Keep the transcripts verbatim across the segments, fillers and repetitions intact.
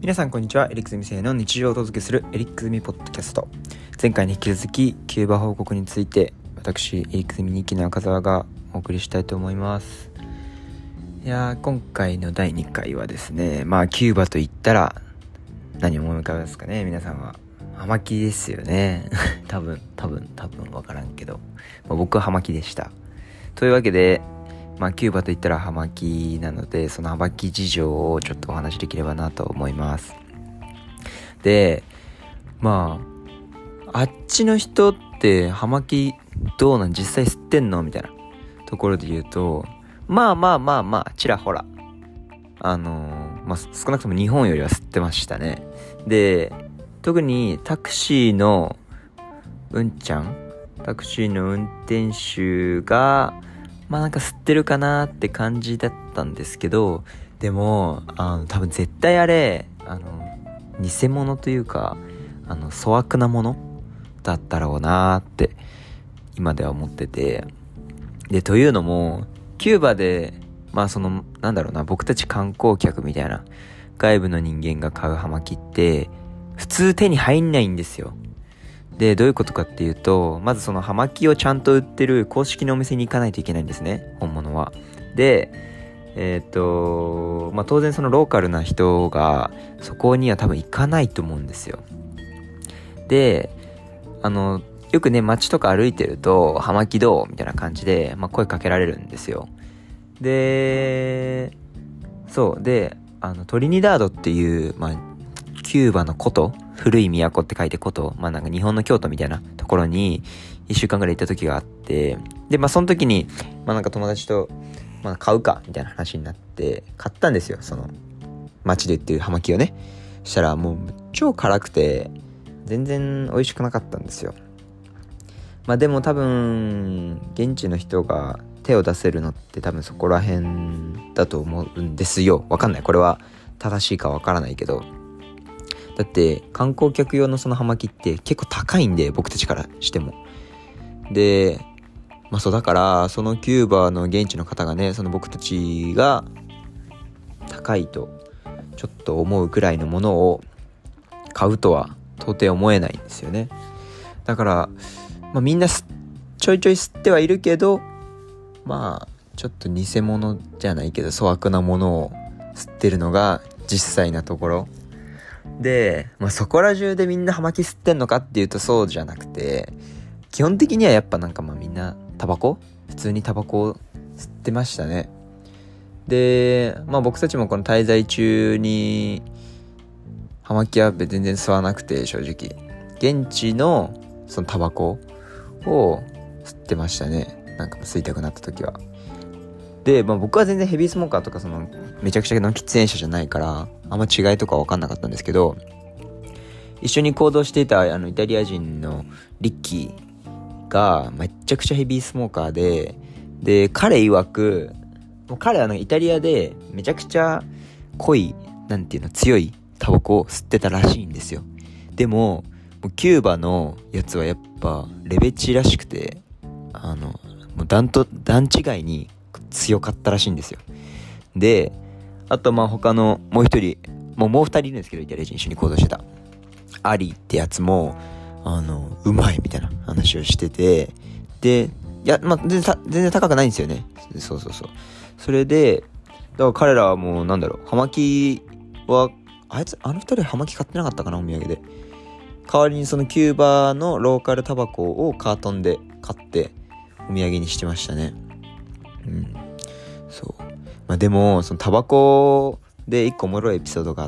皆さんこんにちは。エリックス未成の日常をお届けするエリックスミポッドキャスト。前回に引き続きキューバ報告について私エリックスミ日記の赤澤がお送りしたいと思います。いやー今回のだいにかいはですね、まあキューバと言ったら何を思い浮かべますかね。皆さんは葉巻ですよね多分多分多分分からんけど、まあ、僕は葉巻でした。というわけでまあキューバといったら葉巻なので、その葉巻事情をちょっとお話しできればなと思います。で、まああっちの人って葉巻どうなん、実際吸ってんのみたいなところで言うと、まあまあまあまあちらほらあのー、まあ少なくとも日本よりは吸ってましたね。で、特にタクシーのうんちゃんタクシーの運転手がまあなんか吸ってるかなって感じだったんですけど、でもあの多分絶対あれあの偽物というかあの粗悪なものだったろうなって今では思ってて、でというのもキューバでまあそのなんだろうな僕たち観光客みたいな外部の人間が買う葉巻って普通手に入んないんですよ。でどういうことかっていうと、まずその葉巻をちゃんと売ってる公式のお店に行かないといけないんですね、本物は。でえっとまあ当然そのローカルな人がそこには多分行かないと思うんですよ。であのよくね街とか歩いてると葉巻どうみたいな感じで、まあ、声かけられるんですよ。でそうであのトリニダードっていう、まあ、キューバの古都、古い都って書いて古都、まあなんか日本の京都みたいなところにいっしゅうかんぐらい行った時があって、でまあその時にまあなんか友達と、まあ、買うかみたいな話になって買ったんですよ、その街で売ってる葉巻をね。したらもう超辛くて全然美味しくなかったんですよ。まあでも多分現地の人が手を出せるのって多分そこら辺だと思うんですよ。わかんない、これは正しいかわからないけど、だって観光客用のその葉巻って結構高いんで、僕たちからしても。でまあそうだからそのキューバの現地の方がね、その僕たちが高いとちょっと思うくらいのものを買うとは到底思えないんですよね。だから、まあ、みんなちょいちょい吸ってはいるけど、まあちょっと偽物じゃないけど粗悪なものを吸ってるのが実際なところで、まあ、そこら中でみんな葉巻吸ってんのかっていうとそうじゃなくて、基本的にはやっぱなんかまあみんなタバコ普通にタバコを吸ってましたね。でまあ僕たちもこの滞在中に葉巻は全然吸わなくて、正直現地のそのタバコを吸ってましたね。なんか吸いたくなった時は。で、まあ、僕は全然ヘビースモーカーとかそのめちゃくちゃの喫煙者じゃないからあんま違いとか分かんなかったんですけど、一緒に行動していたあのイタリア人のリッキーがめっちゃくちゃヘビースモーカーで、で彼曰くもう彼はあのイタリアでめちゃくちゃ濃いなんていうの強いタバコを吸ってたらしいんですよ。でもキューバのやつはやっぱレベチらしくて、あのもう段と段違いに強かったらしいんですよ。であとまあ他のもう一人もうもう二人いるんですけど、イタリア人一緒に行動してたアリってやつもあのうまいみたいな話をしてて、でいやまあ全然全然高くないんですよね。そうそうそう。それでだから彼らはもうなんだろう、葉巻はあいつあの二人葉巻買ってなかったかな、お土産で。代わりにそのキューバのローカルタバコをカートンで買ってお土産にしてましたね。うん、そう。まあでもそのタバコで一個おもろいエピソードがあって、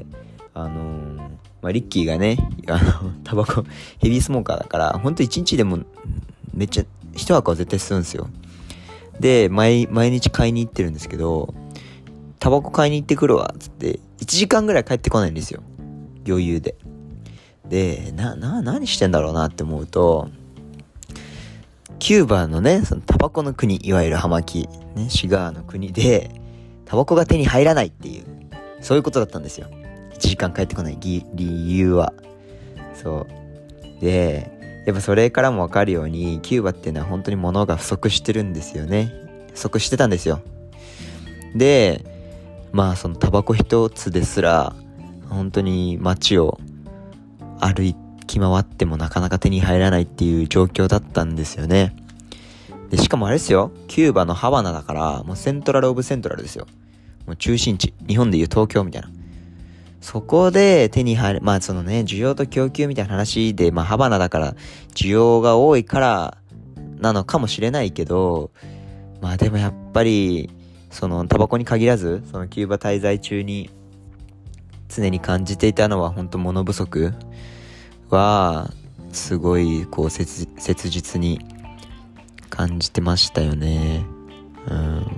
あのー、まあリッキーがね、あのタバコヘビースモーカーだから、ほんと一日でもめっちゃ一箱は絶対吸うんですよ。で毎毎日買いに行ってるんですけど、タバコ買いに行ってくるわっつっていちじかんぐらい帰ってこないんですよ、余裕で。でなな何してんだろうなって思うと、キューバのねそのタバコの国、いわゆる葉巻ね、シガーの国でタバコが手に入らないっていうそういうことだったんですよ。いちじかん帰ってこない理由は。そうでやっぱそれからも分かるようにキューバっていうのは本当に物が不足してるんですよね。不足してたんですよ。でまあそのタバコ一つですら本当に街を歩き回ってもなかなか手に入らないっていう状況だったんですよね。でしかもあれですよ、キューバのハバナだからもうセントラルオブセントラルですよ。もう中心地、日本でいう東京みたいな。そこで手に入る、まあそのね、需要と供給みたいな話で、まあハバナだから需要が多いからなのかもしれないけど、まあでもやっぱりそのタバコに限らず、そのキューバ滞在中に常に感じていたのは本当物不足はすごいこう 切, 切実に感じてましたよね。うん。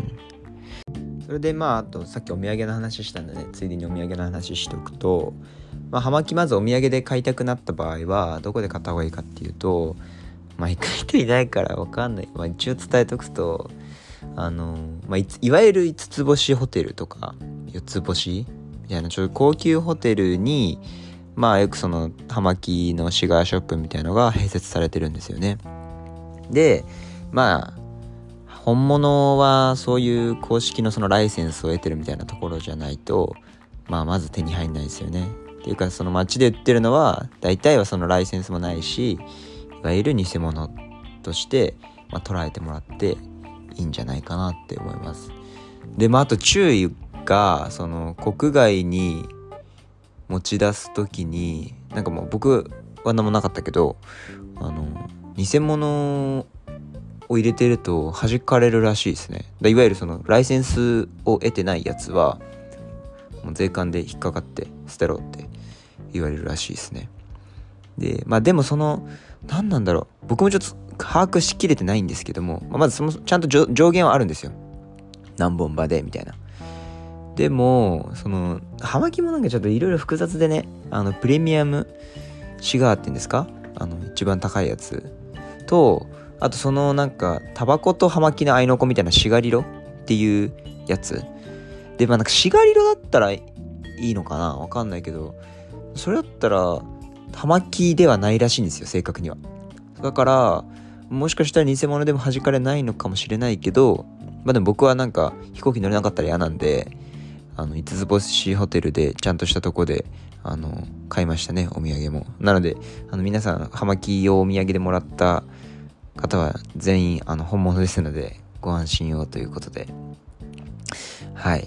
それでまああとさっきお土産の話したんでね、ついでにお土産の話しておくと、まあ葉巻まずお土産で買いたくなった場合はどこで買った方がいいかっていうと、まあ行く人いないから分かんない、まあ、一応伝えとくと、あの、まあ、い, いわゆる五つ星ホテルとか四つ星みたいなちょっと高級ホテルに、まあよくその葉巻のシガーショップみたいなのが併設されてるんですよね。でまあ本物はそういう公式のそのライセンスを得てるみたいなところじゃないと、まあまず手に入んないですよね。っていうかその街で売ってるのは大体はそのライセンスもないし、いわゆる偽物として、まあ、捉えてもらっていいんじゃないかなって思います。でまああと注意が、その国外に持ち出すときに、なんかもう僕は何もなかったけど、あの偽物を入れてると弾かれるらしいですね。だいわゆるそのライセンスを得てないやつはもう税関で引っかかって捨てろって言われるらしいですね。でまあでもその何なんだろう、僕もちょっと把握しきれてないんですけども、まあ、まずそのちゃんと上限はあるんですよ、何本場でみたいな。でもその葉巻もなんかちょっといろいろ複雑でね、あのプレミアムシガーって言うんですか、あの一番高いやつと、あとそのなんかタバコと葉巻の合いの子みたいなシガリロっていうやつで、まあなんかシガリロだったらいいのかな、わかんないけど、それだったら葉巻ではないらしいんですよ、正確には。だからもしかしたら偽物でも弾かれないのかもしれないけど、まあでも僕はなんか飛行機乗れなかったら嫌なんで、あの五つ星ホテルでちゃんとしたとこであの買いましたね、お土産も。なのであの皆さん葉巻をお土産でもらった方は全員あの本物ですのでご安心をということで、はい。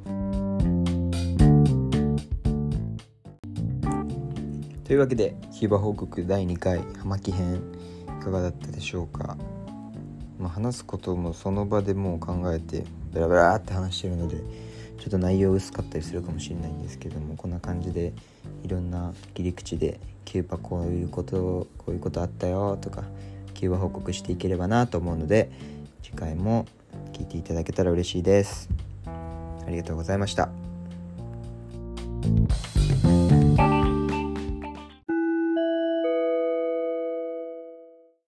というわけでキューバ報告だいにかい葉巻編いかがだったでしょうか。まあ、話すこともその場でもう考えてベラベラって話してるのでちょっと内容薄かったりするかもしれないんですけども、こんな感じでいろんな切り口でキューバこういうことこういうことあったよとかキューバ報告していければなと思うので、次回も聞いていただけたら嬉しいです。ありがとうございました。